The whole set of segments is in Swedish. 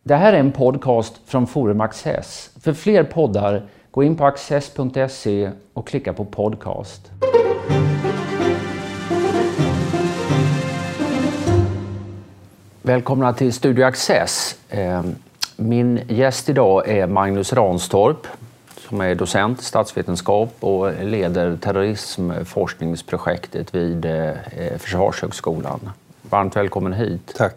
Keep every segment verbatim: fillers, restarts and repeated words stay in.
Det här är en podcast från Forum Access. För fler poddar, gå in på access punkt se och klicka på podcast. Välkomna till Studio Access. Min gäst idag är Magnus Ranstorp, som är docent i statsvetenskap och leder terrorismforskningsprojektet vid Försvarshögskolan. Varmt välkommen hit. Tack.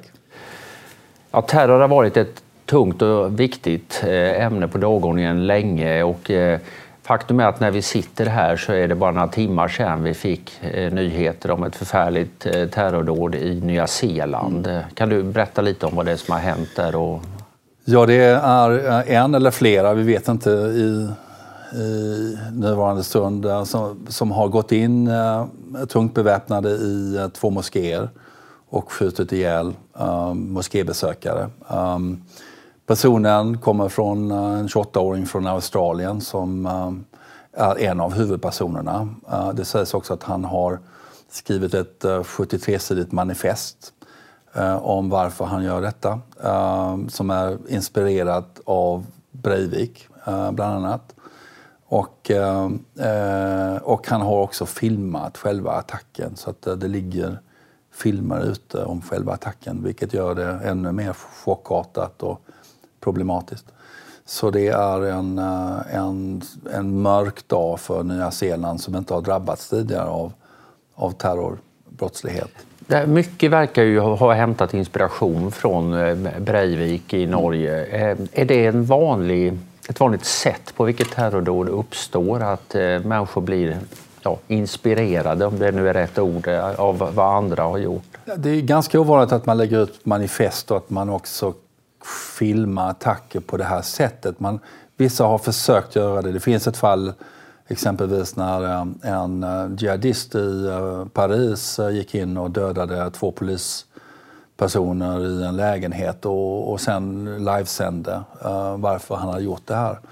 Ja, terror har varit ett tungt och viktigt ämne på dagordningen länge, och faktum är att när vi sitter här så är det bara några timmar sedan vi fick nyheter om ett förfärligt terrordåd i Nya Zeeland. Mm. Kan du berätta lite om vad det är som har hänt där? Och... Ja, det är en eller flera, vi vet inte i, i nuvarande stund, som, som har gått in tungt beväpnade i två moskéer och skjutit ihjäl um, moskébesökare. Um, personen kommer från uh, en tjugoåttaåring från Australien som um, är en av huvudpersonerna. Uh, det sägs också att han har skrivit ett uh, sjuttiotre-sidigt manifest uh, om varför han gör detta. Uh, som är inspirerat av Breivik uh, bland annat. Och, uh, uh, och han har också filmat själva attacken, så att uh, det ligger filmer ute om själva attacken, vilket gör det ännu mer chockartat och problematiskt. Så det är en, en, en mörk dag för Nya Zeeland som inte har drabbats tidigare av, av terrorbrottslighet. Mycket verkar ju ha hämtat inspiration från Breivik i Norge. Mm. Är det en vanlig, ett vanligt sätt på vilket terrordåd uppstår, att människor blir Ja, inspirerade, om det nu är rätt ord, av vad andra har gjort? Det är ganska ovanligt att man lägger ut manifest och att man också filmar attacker på det här sättet. Man, vissa har försökt göra det. Det finns ett fall exempelvis när en jihadist i Paris gick in och dödade två polispersoner i en lägenhet och, och sen livesände uh, varför han hade gjort det här.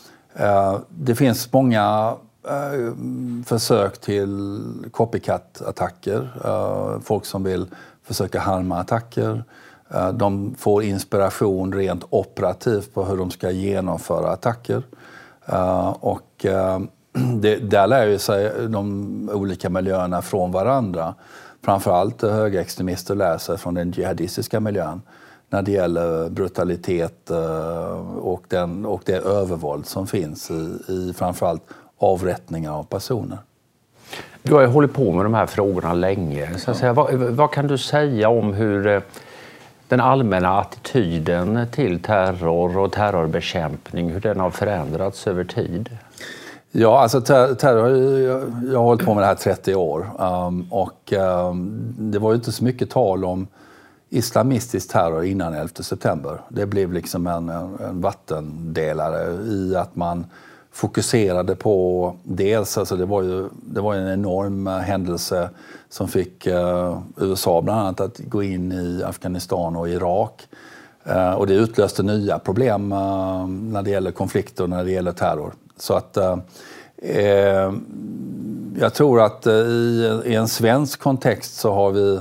Uh, det finns många Uh, försök till copycat-attacker. Uh, folk som vill försöka harma attacker. Uh, de får inspiration rent operativt på hur de ska genomföra attacker. Uh, och uh, det, där lär ju sig de olika miljöerna från varandra. Framförallt högerextremister lär sig från den jihadistiska miljön när det gäller brutalitet uh, och, den, och det övervåld som finns i, i framförallt avrättningar av personer. Du har ju hållit på med de här frågorna länge. Så att säga, vad, vad kan du säga om hur den allmänna attityden till terror och terrorbekämpning, hur den har förändrats över tid? Ja, alltså ter- terror, jag, jag har hållit på med det här trettio år. Um, och um, det var ju inte så mycket tal om islamistisk terror innan elfte september. Det blev liksom en, en, en vattendelare i att man fokuserade på dels, alltså det var ju det var en enorm händelse som fick uh, U S A bland annat att gå in i Afghanistan och Irak. Uh, och det utlöste nya problem uh, när det gäller konflikter och när det gäller terror. Så att uh, eh, jag tror att uh, i, i en svensk kontext så har vi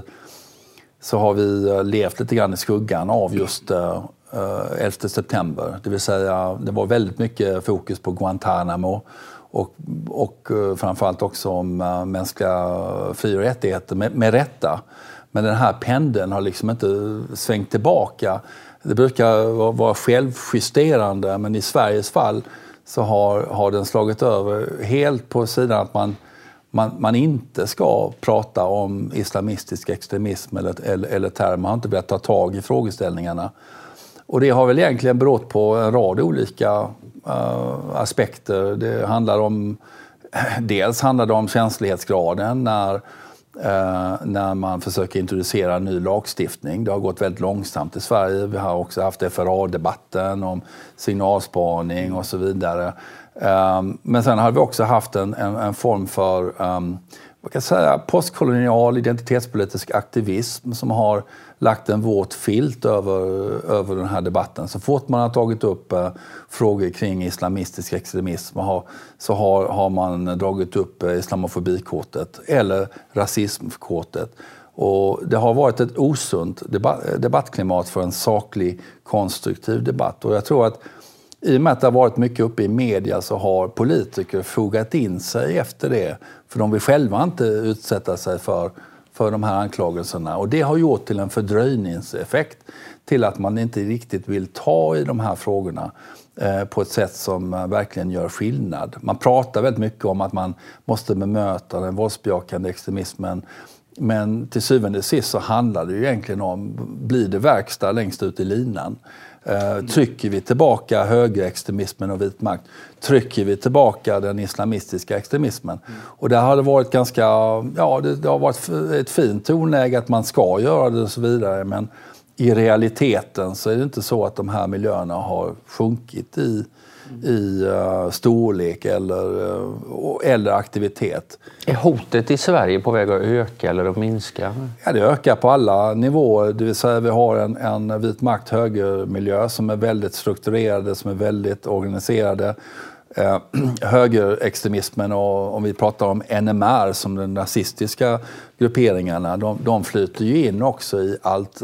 så har vi levt lite grann i skuggan av just uh, elfte september. Det vill säga, det var väldigt mycket fokus på Guantanamo och, och framförallt också om mänskliga fri- och rättigheter med, med rätta. Men den här pendeln har liksom inte svängt tillbaka. Det brukar vara självjusterande, men i Sveriges fall så har, har den slagit över helt på sidan att man Man, man inte ska prata om islamistisk extremism eller, eller, eller terror. Man har inte velat ta tag i frågeställningarna. Och det har väl egentligen berott på en rad olika uh, aspekter. Det handlar om, dels handlar det om känslighetsgraden när, uh, när man försöker introducera ny lagstiftning. Det har gått väldigt långsamt i Sverige. Vi har också haft F R A-debatten om signalspaning och så vidare. Um, men sen har vi också haft en, en, en form för um, vad kan jag säga, postkolonial identitetspolitisk aktivism som har lagt en våt filt över, över den här debatten. Så fort man har tagit upp uh, frågor kring islamistisk extremism har, så har, har man dragit upp uh, islamofobikortet eller rasismkortet. Och det har varit ett osunt debatt, debattklimat för en saklig, konstruktiv debatt. Och jag tror att i och med att det har varit mycket uppe i media så har politiker fogat in sig efter det. För de vill själva inte utsätta sig för, för de här anklagelserna. Och det har gjort till en fördröjningseffekt till att man inte riktigt vill ta i de här frågorna eh, på ett sätt som eh, verkligen gör skillnad. Man pratar väldigt mycket om att man måste bemöta den våldsbejakande extremismen. Men till syvende och sist så handlar det ju egentligen om, blir det verkstad längst ut i linan? Uh, trycker vi tillbaka högerextremismen och vit makt? Trycker vi tillbaka den islamistiska extremismen? Mm. Och där har det varit ganska, ja det, det har varit ett fint tonläge att man ska göra det och så vidare. Men i realiteten så är det inte så att de här miljöerna har sjunkit i, mm. i uh, storlek eller, uh, eller aktivitet. Är hotet i Sverige på väg att öka eller att minska? Ja, det ökar på alla nivåer. Det vill säga vi har en, en vit makt högermiljö som är väldigt strukturerade, som är väldigt organiserade. Eh, högerextremismen och om vi pratar om N M R som de nazistiska grupperingarna, de, de flyter ju in också i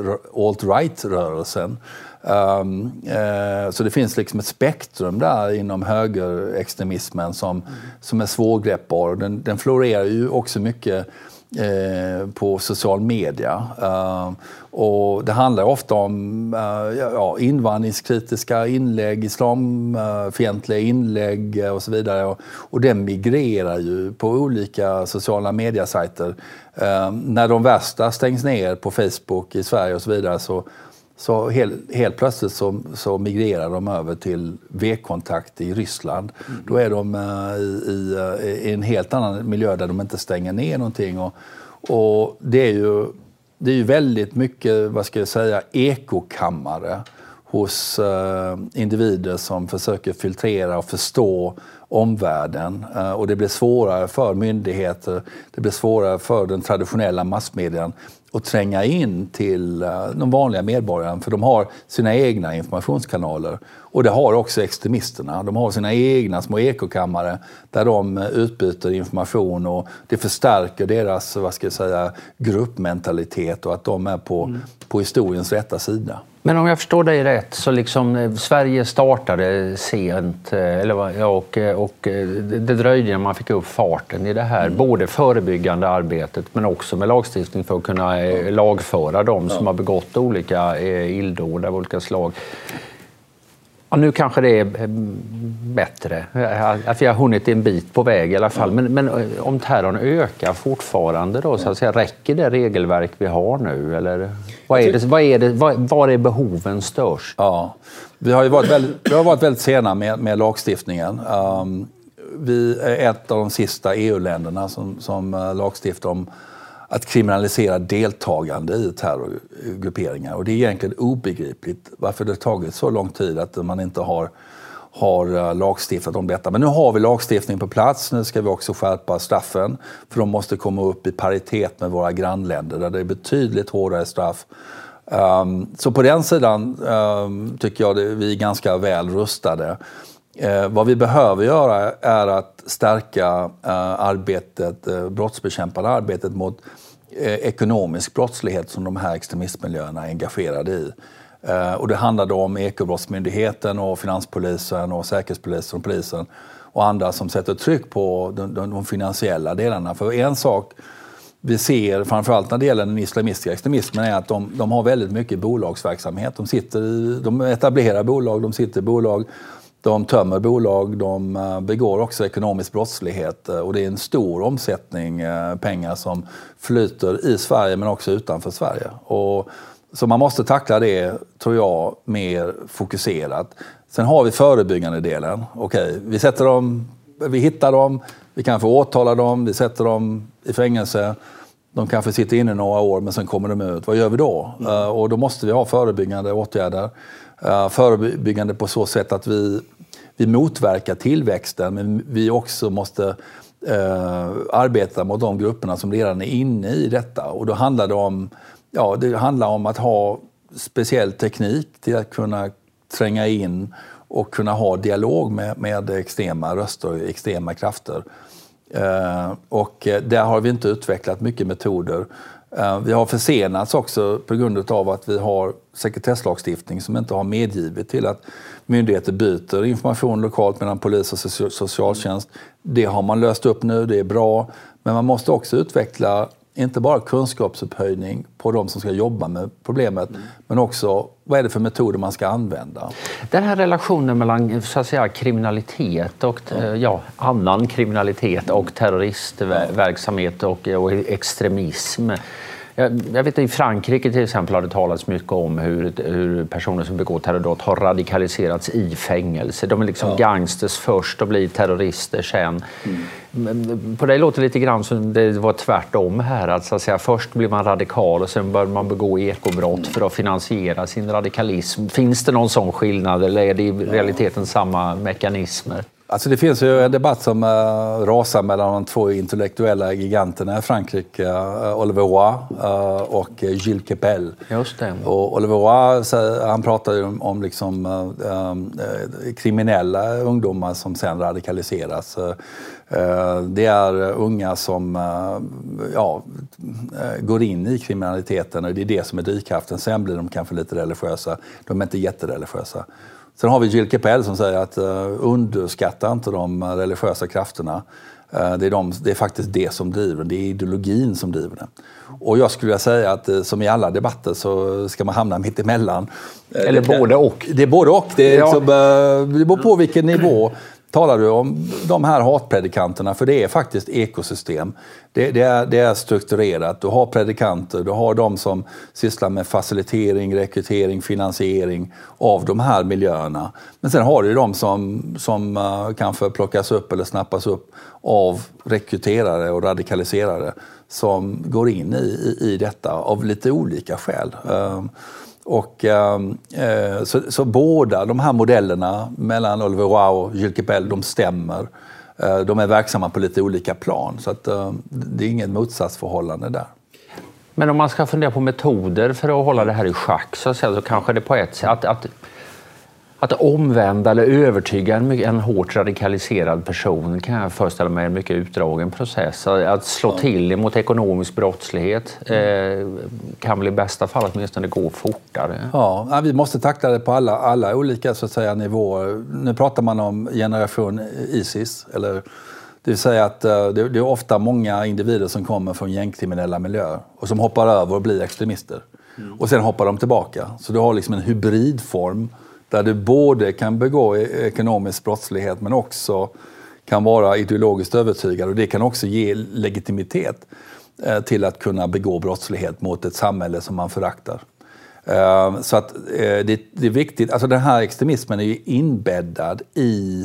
alt-right-rörelsen. Um, eh, så det finns liksom ett spektrum där inom högerextremismen som, mm. som är svårgreppbar. Den, den florerar ju också mycket eh, på social media. Uh, och det handlar ofta om uh, ja, invandringskritiska inlägg, islamfientliga inlägg och så vidare. Och, och den migrerar ju på olika sociala mediasajter. Uh, när de värsta stängs ner på Facebook i Sverige och så vidare så Så helt, helt plötsligt så, så migrerar de över till V-kontakt i Ryssland. Mm. Då är de uh, i, i en helt annan miljö där de inte stänger ner någonting. Och, och det är ju, det är ju väldigt mycket, vad ska jag säga, ekokammare hos uh, individer som försöker filtrera och förstå omvärlden. Uh, och det blir svårare för myndigheter, det blir svårare för den traditionella massmedien att tränga in till uh, de vanliga medborgarna, för de har sina egna informationskanaler. Och det har också extremisterna. De har sina egna små ekokammare där de utbyter information och det förstärker deras, vad ska jag säga, gruppmentalitet och att de är på, mm. på historiens rätta sida. Men om jag förstår dig rätt så liksom Sverige startade sent eller, och, och det dröjde när man fick upp farten i det här. Mm. Både förebyggande arbetet men också med lagstiftning för att kunna ja. lagföra dem som ja. har begått olika illdåd av olika slag. Ja, nu kanske det är bättre, att vi har hunnit en bit på väg i alla fall. Men, men om terrorn ökar fortfarande då, så att säga, räcker det regelverk vi har nu? Eller vad är det, vad är det, vad, var är behoven störst? Ja, vi har ju varit väldigt, vi har varit väldigt sena med, med lagstiftningen. Um, vi är ett av de sista E U-länderna som, som lagstiftar om att kriminalisera deltagande i terrorgrupperingar. Och det är egentligen obegripligt varför det har tagit så lång tid att man inte har, har lagstiftat om detta. Men nu har vi lagstiftning på plats. Nu ska vi också skärpa straffen. För de måste komma upp i paritet med våra grannländer där det är betydligt hårdare straff. Um, så på den sidan um, tycker jag att vi är ganska väl rustade. Eh, vad vi behöver göra är att stärka eh, arbetet, eh, brottsbekämpande arbetet mot eh, ekonomisk brottslighet som de här extremistmiljöerna är engagerade i. Eh, och det handlar då om Ekobrottsmyndigheten och Finanspolisen och Säkerhetspolisen och polisen och andra som sätter tryck på de, de, de finansiella delarna. För en sak vi ser, framförallt när det gäller den islamistiska extremismen, är att de, de har väldigt mycket bolagsverksamhet. De, sitter i, de etablerar bolag, de sitter i bolag. De tömmer bolag, de begår också ekonomisk brottslighet och det är en stor omsättning pengar som flyter i Sverige men också utanför Sverige. Och, så man måste tackla det, tror jag, mer fokuserat. Sen har vi förebyggande delen. Okej, vi sätter dem, vi hittar dem, vi kan få åtala dem, vi sätter dem i fängelse. De kanske sitter inne några år men sen kommer de ut. Vad gör vi då? Mm. Uh, och då måste vi ha förebyggande åtgärder. Uh, förebyggande på så sätt att vi, vi motverkar tillväxten, men vi också måste uh, arbeta mot de grupperna som redan är inne i detta. Och då handlar det om, ja, det handlar om att ha speciell teknik till att kunna tränga in och kunna ha dialog med, med extrema röster och extrema krafter. Uh, och där har vi inte utvecklat mycket metoder. Vi har försenats också på grund av att vi har sekretesslagstiftning som inte har medgivit till att myndigheter byter information lokalt mellan polis och socialtjänst. Det har man löst upp nu, det är bra. Men man måste också utveckla inte bara kunskapsupphöjning på de som ska jobba med problemet, mm. men också vad är det för metoder man ska använda. Den här relationen mellan så att säga, kriminalitet och ja. Ja, annan kriminalitet och terroristverksamhet och, och extremism. Jag, jag vet att i Frankrike till exempel har det talats mycket om hur, hur personer som begår terrorbrott har radikaliserats i fängelse. De är liksom ja. gangsters först och blir terrorister sen. Mm. På det låter lite grann som det var tvärtom här. Att, så att säga, först blir man radikal och sen börjar man begå ekobrott mm. för att finansiera sin radikalism. Finns det någon sån skillnad eller är det i realiteten samma mekanismer? Alltså det finns ju en debatt som uh, rasar mellan de två intellektuella giganterna i Frankrike, uh, Oliver Roy uh, och Gilles Kepel. Just det. Och Oliver Roy, han pratar ju om, om liksom, uh, um, uh, kriminella ungdomar som sen radikaliseras. Uh, uh, det är unga som uh, ja, uh, går in i kriminaliteten och det är det som är drivkraften. Sen blir de kanske lite religiösa. De är inte jättereligiösa. Sen har vi Gilles Kepel som säger att uh, underskatta inte de religiösa krafterna. Uh, det, är de, det är faktiskt det som driver det. Det är ideologin som driver det. Och jag skulle vilja säga att uh, som i alla debatter så ska man hamna mitt emellan. Eller det, både och. Det är både och. Det, är ja. liksom, uh, det beror på vilken nivå talar du om de här hatpredikanterna. För det är faktiskt ekosystem. Det, det, är, det är strukturerat. Du har predikanter, du har de som sysslar med facilitering, rekrytering, finansiering av de här miljöerna. Men sen har du de som, som uh, kanske plockas upp eller snappas upp av rekryterare och radikaliserare som går in i, i, i detta av lite olika skäl. Uh, Och, eh, så, så båda de här modellerna mellan Oliver Roy och Gilles Kepel, de stämmer. Eh, de är verksamma på lite olika plan. Så att, eh, det är inget motsatsförhållande där. Men om man ska fundera på metoder för att hålla det här i schack så, så kanske det på ett sätt att, att, att omvända eller övertyga en, en hårt radikaliserad person kan jag föreställa mig en mycket utdragen process. Att slå ja. till mot ekonomisk brottslighet eh, kan väl i bästa fall åtminstone gå fortare. Ja, vi måste tackla det på alla, alla olika så att säga, nivåer. Nu pratar man om generation ISIS. Eller, det vill säga att det, det är ofta många individer som kommer från gängkriminella miljöer och som hoppar över och blir extremister. Mm. Och sen hoppar de tillbaka. Så du har liksom en hybridform där du både kan begå ekonomisk brottslighet men också kan vara ideologiskt övertygad. Och det kan också ge legitimitet eh, till att kunna begå brottslighet mot ett samhälle som man föraktar. Eh, så att eh, det, det är viktigt. Alltså den här extremismen är ju inbäddad i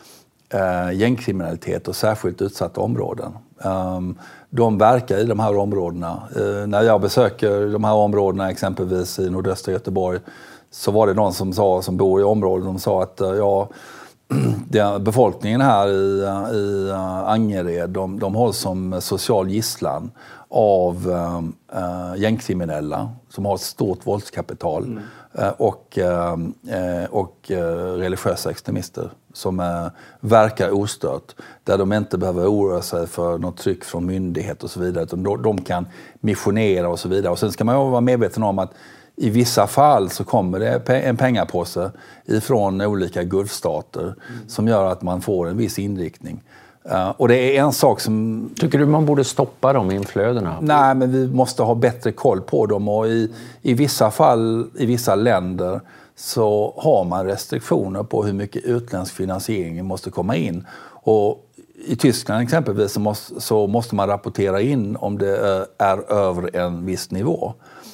eh, gängkriminalitet och särskilt utsatta områden. Eh, de verkar i de här områdena. Eh, när jag besöker de här områdena exempelvis i nordöstra Göteborg så var det någon som sa, som bor i området, de sa att ja, befolkningen här i, i Angered, de, de hålls som social gisslan av äh, gängkriminella som har ett stort våldskapital mm. äh, och, äh, och äh, religiösa extremister som äh, verkar ostört, där de inte behöver oroa sig för något tryck från myndighet och så vidare, utan de, de kan missionera och så vidare. Och sen ska man vara medveten om att i vissa fall så kommer det en pengapåse ifrån olika gulfstater mm. som gör att man får en viss inriktning. Uh, och det är en sak som... Tycker du man borde stoppa de inflödena? Nej, men vi måste ha bättre koll på dem. Och i, i vissa fall, i vissa länder, så har man restriktioner på hur mycket utländsk finansiering måste komma in. Och i Tyskland exempelvis så måste, så måste man rapportera in om det är över en viss nivå.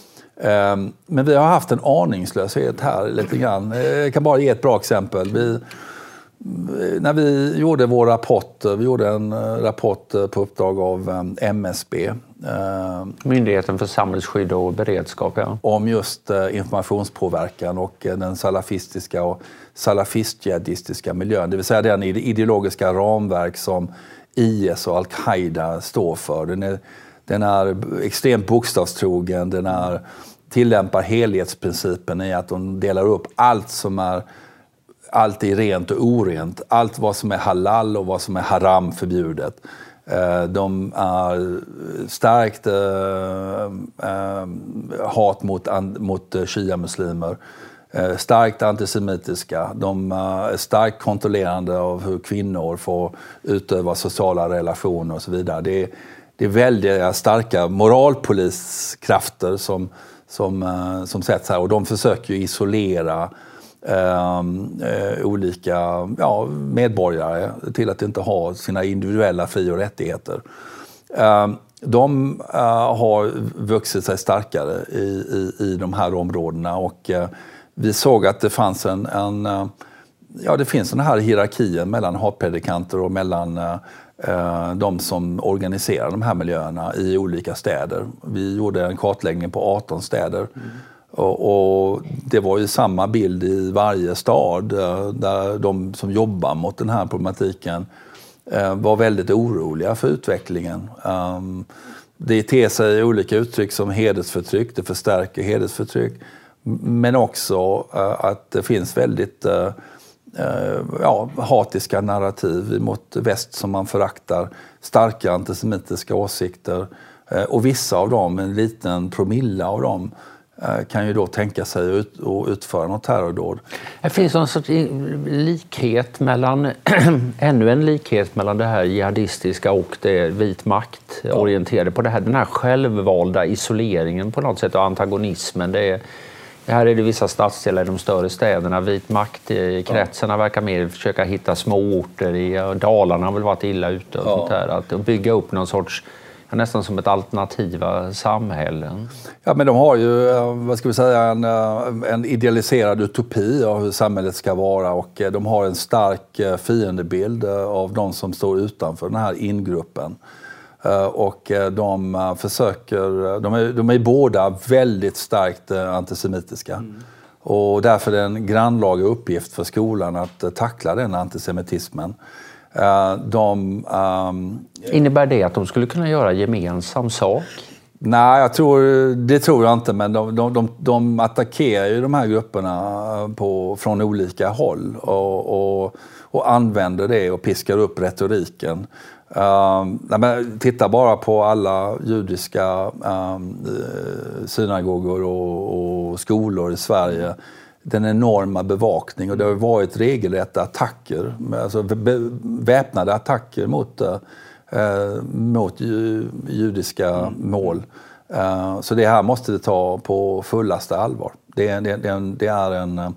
Men vi har haft en aningslöshet här lite grann. Jag kan bara ge ett bra exempel. Vi, när vi gjorde vår rapport, vi gjorde en rapport på uppdrag av M S B. Myndigheten för samhällsskydd och beredskap, ja. Om just informationspåverkan och den salafistiska och salafist-jihadistiska miljön. Det vill säga den ideologiska ramverk som I S och Al-Qaida står för. Den är, den är extremt bokstavstrogen, den är, tillämpar helhetsprincipen i att de delar upp allt som är allt är rent och orent. Allt vad som är halal och vad som är haram förbjudet. De är starkt hat mot, mot shia-muslimer, starkt antisemitiska. De är starkt kontrollerande av hur kvinnor får utöva sociala relationer och så vidare. Det är, det är väldigt starka moralpoliskrafter som, som, som sätts här, och de försöker ju isolera eh, olika ja, medborgare till att inte ha sina individuella fri- och rättigheter. Eh, de eh, har vuxit sig starkare i, i, i de här områdena, och eh, vi såg att det fanns en, en ja, det finns den här hierarkin mellan hatpredikanter och mellan eh, de som organiserar de här miljöerna i olika städer. Vi gjorde en kartläggning på arton städer. Mm. Och, och det var ju samma bild i varje stad där de som jobbar mot den här problematiken eh, var väldigt oroliga för utvecklingen. Um, det ter sig olika uttryck som hedersförtryck, det förstärker hedersförtryck. Men också uh, att det finns väldigt uh, uh, ja, hatiska narrativ mot väst som man föraktar, starka antisemitiska åsikter. Uh, och vissa av dem, en liten promille av dem, uh, kan ju då tänka sig att ut, utföra något terrordåd. Det finns en sorts likhet mellan, ännu en likhet mellan det här jihadistiska och det vit makt orienterade på det här, den här självvalda isoleringen på något sätt och antagonismen. Det är Här är det vissa stadsdelar i de större städerna. Vit makt i kretsarna verkar mer försöka hitta små orter. I Dalarna har väl varit illa ute och ja. sånt där. Att bygga upp någon sorts, nästan som ett alternativa samhällen. Ja, men de har ju, vad ska vi säga, en, en idealiserad utopi av hur samhället ska vara. Och de har en stark fiendebild av de som står utanför den här ingruppen. Och de försöker, de är, de är båda väldigt starkt antisemitiska. Mm. Och därför är det en grannlaga uppgift för skolan att tackla den antisemitismen. De, um, Innebär det att de skulle kunna göra gemensam sak? Nej, jag tror, det tror jag inte, men de, de, de, de attackerar ju de här grupperna på, från olika håll och, och, och använder det och piskar upp retoriken. Um, men titta bara på alla judiska um, synagogor och, och skolor i Sverige. Den enorma bevakning, och det har varit regelrätta attacker, alltså väpnade attacker mot, uh, mot ju, judiska mm. mål. Uh, så det här måste vi ta på fullaste allvar. Det, det, det, det är en...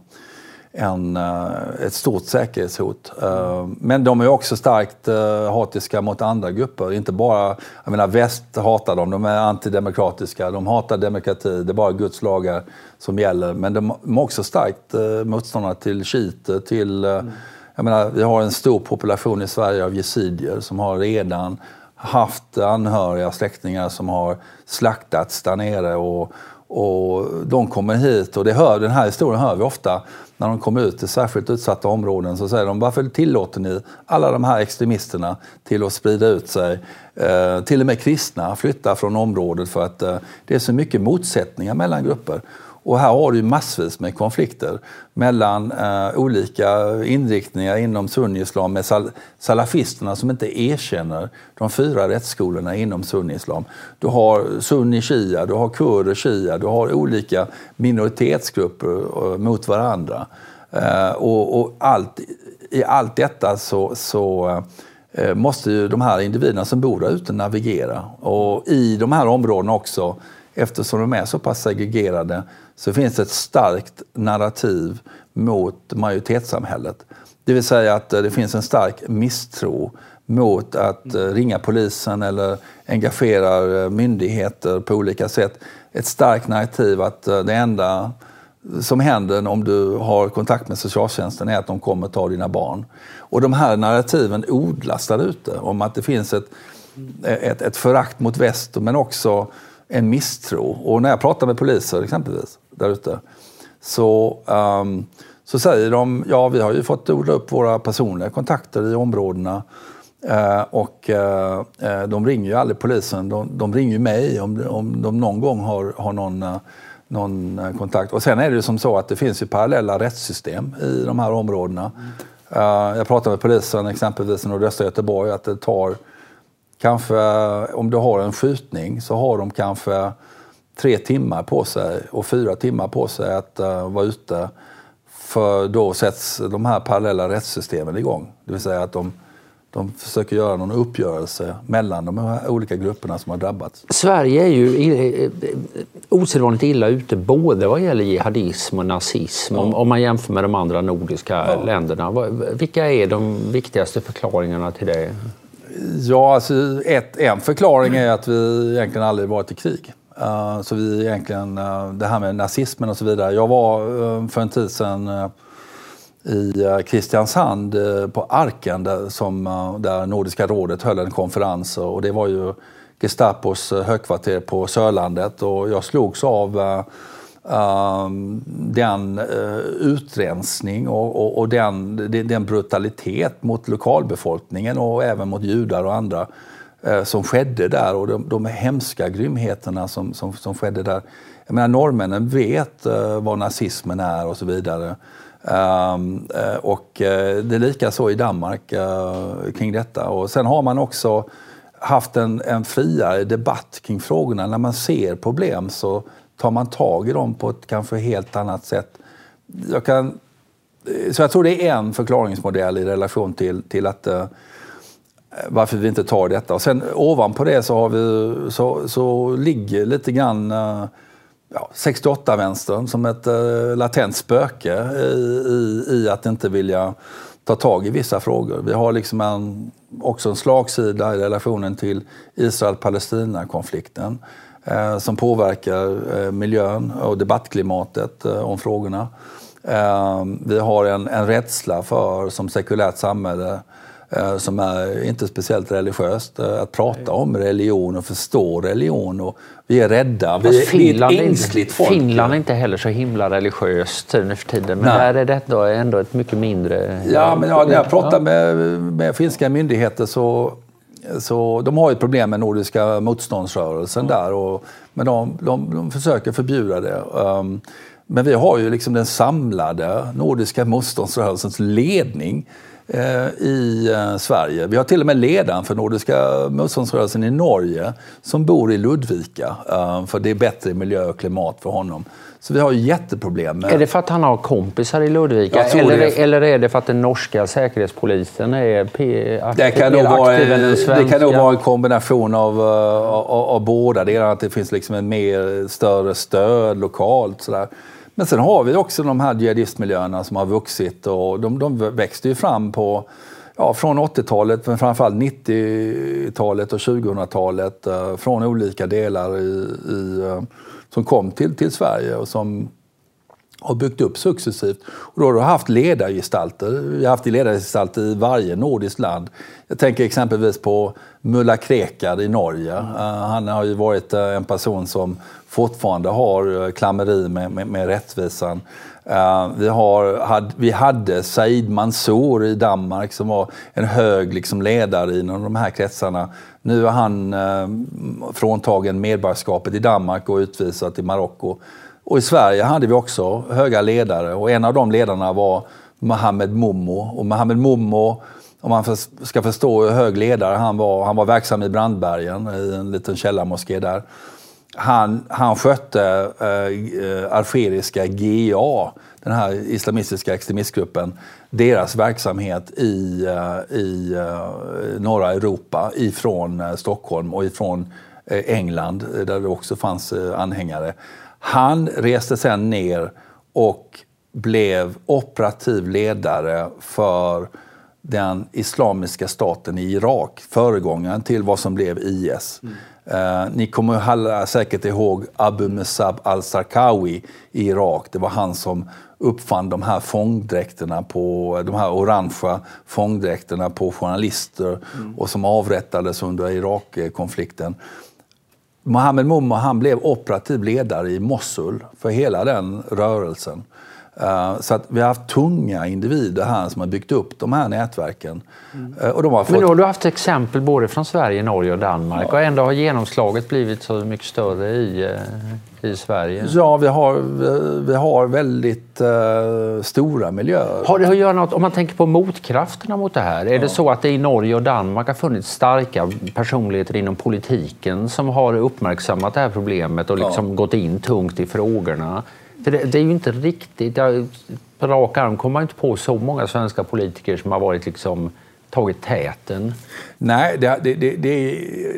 En, ett stort säkerhetshot. Men de är också starkt hatiska mot andra grupper. Inte bara, jag menar, väst hatar dem, de är antidemokratiska, de hatar demokrati, det är bara Guds lagar som gäller. Men de är också starkt motståndare till shiiter, till, mm. jag menar, vi har en stor population i Sverige av yazidier som har redan haft anhöriga släktingar som har slaktats där nere, och Och de kommer hit, och det hör, den här historien hör vi ofta när de kommer ut till särskilt utsatta områden. Så säger de, varför tillåter ni alla de här extremisterna till att sprida ut sig? Eh, till och med kristna flyttar från området för att eh, det är så mycket motsättningar mellan grupper. Och här har du massvis med konflikter mellan eh, olika inriktningar inom sunni-islam med sal- salafisterna som inte erkänner de fyra rättsskolorna inom sunni-islam. Du har sunni-shia, du har kurder-shia, du har olika minoritetsgrupper eh, mot varandra. Eh, och och allt, i allt detta så, så eh, måste ju de här individerna som bor där ute navigera. Och i de här områdena också, eftersom de är så pass segregerade, så finns det ett starkt narrativ mot majoritetssamhället. Det vill säga att det finns en stark misstro mot att ringa polisen eller engagera myndigheter på olika sätt. Ett starkt narrativ att det enda som händer om du har kontakt med socialtjänsten är att de kommer ta dina barn. Och de här narrativen odlas där ute om att det finns ett, ett, ett förakt mot väst, men också en misstro. Och när jag pratar med poliser exempelvis där ute, så, um, så säger de, ja, vi har ju fått odla upp våra personliga kontakter i områdena, uh, och uh, de ringer ju aldrig polisen, de, de ringer ju mig om, om de någon gång har, har någon, uh, någon kontakt. Och sen är det ju som så att det finns ju parallella rättssystem i de här områdena. Uh, jag pratade med polisen exempelvis i nordöstra Göteborg att det tar kanske om du har en skjutning så har de kanske tre timmar på sig och fyra timmar på sig att uh, vara ute. För då sätts de här parallella rättssystemen igång. Det vill säga att de, de försöker göra någon uppgörelse mellan de här olika grupperna som har drabbats. Sverige är ju osedvanligt illa ute både vad gäller jihadism och nazism. Ja. Om, om man jämför med de andra nordiska ja. länderna. Vilka är de viktigaste förklaringarna till det? Ja, alltså ett, en förklaring är att vi egentligen aldrig varit i krig. Uh, så vi egentligen, uh, det här med nazismen och så vidare. Jag var uh, för en tid sedan uh, i uh, Kristiansand uh, på Arken där, som, uh, där Nordiska rådet höll en konferens. Och det var ju Gestapos uh, högkvarter på Sörlandet. Och jag slogs av uh, uh, den uh, utrensning och, och, och den, den brutalitet mot lokalbefolkningen och även mot judar och andra som skedde där, och de, de hemska grymheterna som, som, som skedde där. Jag menar, norrmännen vet uh, vad nazismen är och så vidare. Um, uh, och uh, det är lika så i Danmark uh, kring detta. Och sen har man också haft en, en friare debatt kring frågorna. När man ser problem så tar man tag i dem på ett kanske helt annat sätt. Jag kan, så jag tror det är en förklaringsmodell i relation till, till att uh, varför vi inte tar detta. Och sen ovanpå det så, har vi, så, så ligger lite grann ja, sextioåtta-vänstern som ett uh, latent spöke i, i, i att inte vilja ta tag i vissa frågor. Vi har liksom en, också en slagsida i relationen till Israel-Palestina-konflikten uh, som påverkar uh, miljön och debattklimatet uh, om frågorna. Uh, vi har en, en rädsla för, som sekulärt samhälle, som är inte speciellt religiöst, att prata om religion och förstå religion, och vi är rädda, vi, Finland, vi är ett ängsligt folk. Finland är inte heller så himla religiöst nu för tiden, men där är det ändå ett mycket mindre... Ja, men ja, när jag pratar med, med finska myndigheter så, så de har ju ett problem med nordiska motståndsrörelsen mm. där, och, men de, de, de försöker förbjuda det. Um, men vi har ju liksom den samlade nordiska motståndsrörelsens ledning i Sverige. Vi har till och med ledaren för Nordiska motståndsrörelsen i Norge som bor i Ludvika, för det är bättre miljö och klimat för honom. Så vi har ju jätteproblem med... Är det för att han har kompisar i Ludvika? Eller, det... eller är det för att den norska säkerhetspolisen är p- aktiv, det kan nog vara, aktiv än den svenska? Det kan nog vara en kombination av, av, av båda. Det är att det finns liksom en mer större stöd lokalt sådär. Men sen har vi också de här jihadistmiljöerna som har vuxit, och de, de växte ju fram på, ja, från åttiotalet, men framförallt nittiotalet och tjugohundratalet uh, från olika delar i, i, uh, som kom till, till Sverige och som har byggt upp successivt. Och då har du haft ledargestalter. Vi har haft ledargestalter i varje nordiskt land. Jag tänker exempelvis på Mulla Krekar i Norge. Uh, han har ju varit uh, en person som fortfarande har uh, klammeri med, med, med rättvisan. Uh, vi, har, had, vi hade Said Mansour i Danmark som var en hög liksom, ledare inom de här kretsarna. Nu är han uh, fråntagen medborgarskapet i Danmark och utvisad till Marocko. Och i Sverige hade vi också höga ledare, och en av de ledarna var Mohammed Mommo. Och Mohammed Mommo, om man ska förstå hur hög ledare han var, han var verksam i Brandbergen i en liten källarmoské där. Han, han skötte äh, algeriska G A, den här islamistiska extremistgruppen, deras verksamhet i, äh, i äh, norra Europa, ifrån äh, Stockholm och ifrån äh, England, där det också fanns äh, anhängare. Han reste sedan ner och blev operativ ledare för den islamiska staten i Irak, föregångaren till vad som blev I S. Mm. Uh, ni kommer alla säkert ihåg Abu Musab al-Zarqawi i Irak. Det var han som uppfann de här fångdräkterna på, de här orangea fångdräkterna på journalister mm. och som avrättades under Irak-konflikten. Mohammed Mommo, han blev operativ ledare i Mosul för hela den rörelsen. Uh, så att vi har haft tunga individer här som har byggt upp de här nätverken. Mm. Uh, och de har fått... Men då har du haft exempel både från Sverige, Norge och Danmark, ja. Och ändå har genomslaget blivit så mycket större i, uh, i Sverige. Ja, vi har, vi, vi har väldigt uh, stora miljöer. Har det att göra något, om man tänker på motkrafterna mot det här, är ja. det så att det i Norge och Danmark har funnits starka personligheter inom politiken som har uppmärksammat det här problemet och liksom ja. gått in tungt i frågorna? För det, det är ju inte riktigt, jag, på rak arm kommer man inte på så många svenska politiker som har varit liksom tagit täten. Nej, det, det, det, det,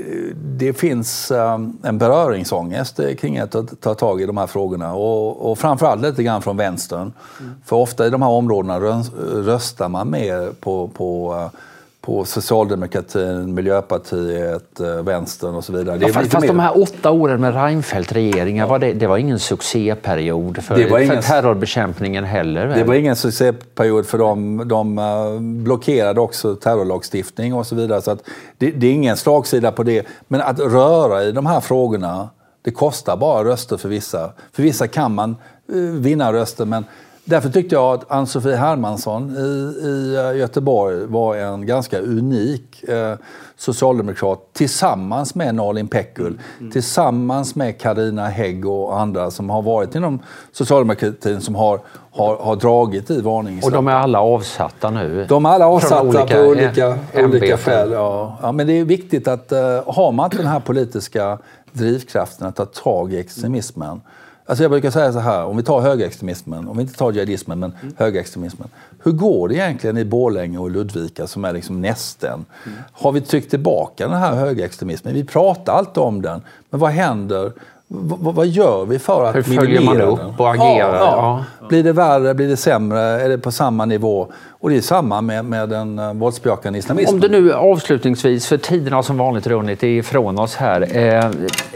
det finns um, en beröringsångest kring att ta, ta tag i de här frågorna och, och framförallt lite grann från vänstern. Mm. För ofta i de här områdena röstar man mer på, på uh, på Socialdemokratin, Miljöpartiet, Vänstern och så vidare. Ja, fast fast de här åtta åren med Reinfeldt-regeringen, ja. var det, det var ingen succéperiod för, det var ingen, för terrorbekämpningen heller. Väl? Det var ingen succéperiod för de, de blockerade också terrorlagstiftning och så vidare. Så att det, det är ingen slagsida på det. Men att röra i de här frågorna, det kostar bara röster för vissa. För vissa kan man vinna röster, men därför tyckte jag att Ann-Sofie Hermansson i, i Göteborg var en ganska unik eh, socialdemokrat tillsammans med Nalin Pekgul, mm. tillsammans med Carina Hägg och andra som har varit inom socialdemokratin som har, har, har dragit i varningslampor. Och de är alla avsatta nu? De är alla avsatta olika, på olika, äh, olika skäl. Ja. Ja, men det är viktigt att uh, har man den här politiska drivkraften att ta tag i extremismen. Alltså jag brukar säga så här, om vi tar högerextremismen, om vi inte tar jihadismen, men mm. högerextremismen. Hur går det egentligen i Borlänge och Ludvika som är liksom nästen? Mm. Har vi tryckt tillbaka den här högerextremismen? Vi pratar alltid om den, men vad händer? V- vad gör vi för att minimera den? Hur följer man upp och agerar? Ja, ja. Blir det värre, blir det sämre, är det på samma nivå? Och det är samma med, med den uh, våldsbejakande islamismen. Om du nu avslutningsvis, för tiden har som vanligt runnit ifrån oss här. Eh,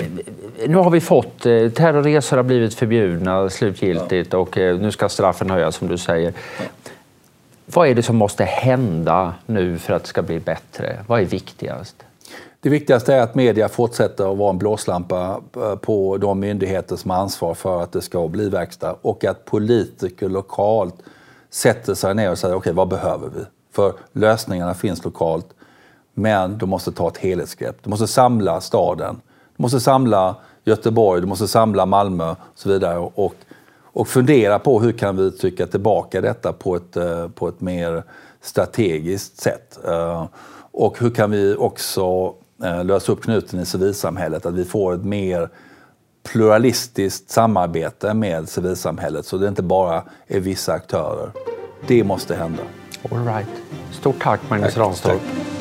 nu har vi fått, eh, terrorresor har blivit förbjudna slutgiltigt, ja. och eh, nu ska straffen höjas som du säger. Ja. Vad är det som måste hända nu för att det ska bli bättre? Vad är viktigast? Det viktigaste är att media fortsätter att vara en blåslampa på de myndigheter som har ansvar för att det ska bli verkstad och att politiker lokalt sätter sig ner och säger okej, okay, vad behöver vi? För lösningarna finns lokalt, men de måste ta ett helhetsgrepp. De måste samla staden, de måste samla Göteborg, de måste samla Malmö och så vidare och, och fundera på hur kan vi trycka tillbaka detta på ett, på ett mer strategiskt sätt. Och hur kan vi också lösa upp knuten i civilsamhället, att vi får ett mer pluralistiskt samarbete med civilsamhället så det inte bara är vissa aktörer. Det måste hända. All right. Stort tack Magnus Ranstorp.